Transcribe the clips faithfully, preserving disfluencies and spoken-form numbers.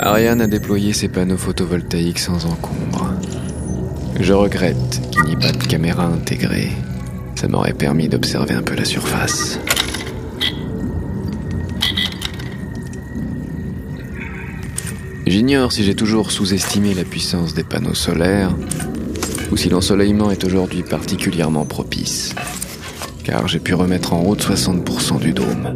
Ariane a déployé ses panneaux photovoltaïques sans encombre. Je regrette qu'il n'y ait pas de caméra intégrée. Ça m'aurait permis d'observer un peu la surface. J'ignore si j'ai toujours sous-estimé la puissance des panneaux solaires ou si l'ensoleillement est aujourd'hui particulièrement propice, car j'ai pu remettre en route soixante pour cent du dôme.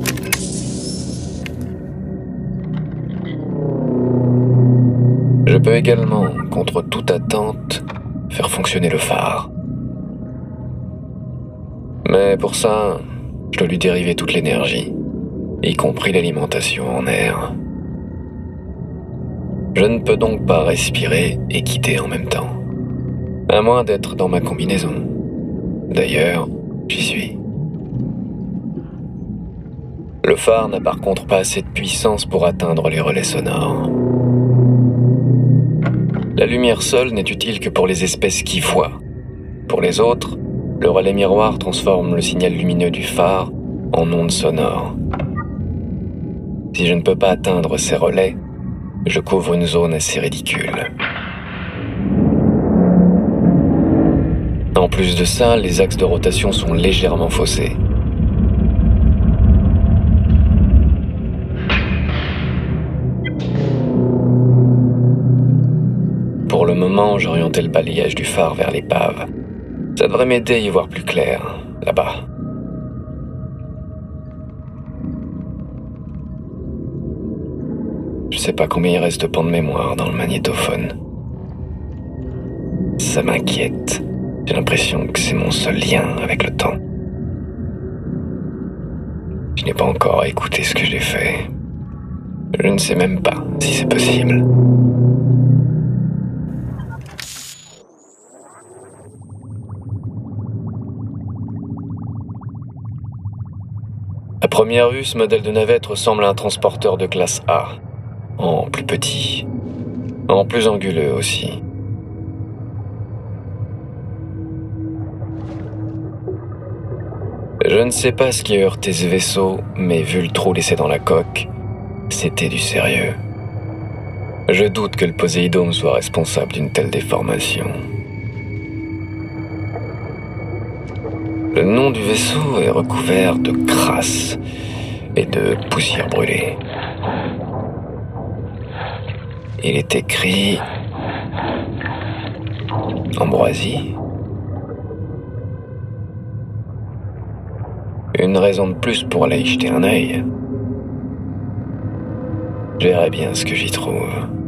Je peux également, contre toute attente, faire fonctionner le phare. Mais pour ça, je dois lui dériver toute l'énergie, y compris l'alimentation en air. Je ne peux donc pas respirer et quitter en même temps, à moins d'être dans ma combinaison. D'ailleurs, j'y suis. Le phare n'a par contre pas assez de puissance pour atteindre les relais sonores. La lumière seule n'est utile que pour les espèces qui voient. Pour les autres, le relais miroir transforme le signal lumineux du phare en ondes sonores. Si je ne peux pas atteindre ces relais, je couvre une zone assez ridicule. En plus de ça, les axes de rotation sont légèrement faussés. Pour le moment, j'ai orienté le balayage du phare vers l'épave. Ça devrait m'aider à y voir plus clair, là-bas. Je sais pas combien il reste de pans de mémoire dans le magnétophone. Ça m'inquiète. J'ai l'impression que c'est mon seul lien avec le temps. Je n'ai pas encore écouté ce que j'ai fait. Je ne sais même pas si c'est possible. À première vue, ce modèle de navette ressemble à un transporteur de classe A, en plus petit, en plus anguleux aussi. Je ne sais pas ce qui a heurté ce vaisseau, mais vu le trou laissé dans la coque, c'était du sérieux. Je doute que le Poséidome soit responsable d'une telle déformation. Le nom du vaisseau est recouvert de crasse et de poussière brûlée. Il est écrit Ambroisie. Une raison de plus pour aller y jeter un œil. Je verrai bien ce que j'y trouve.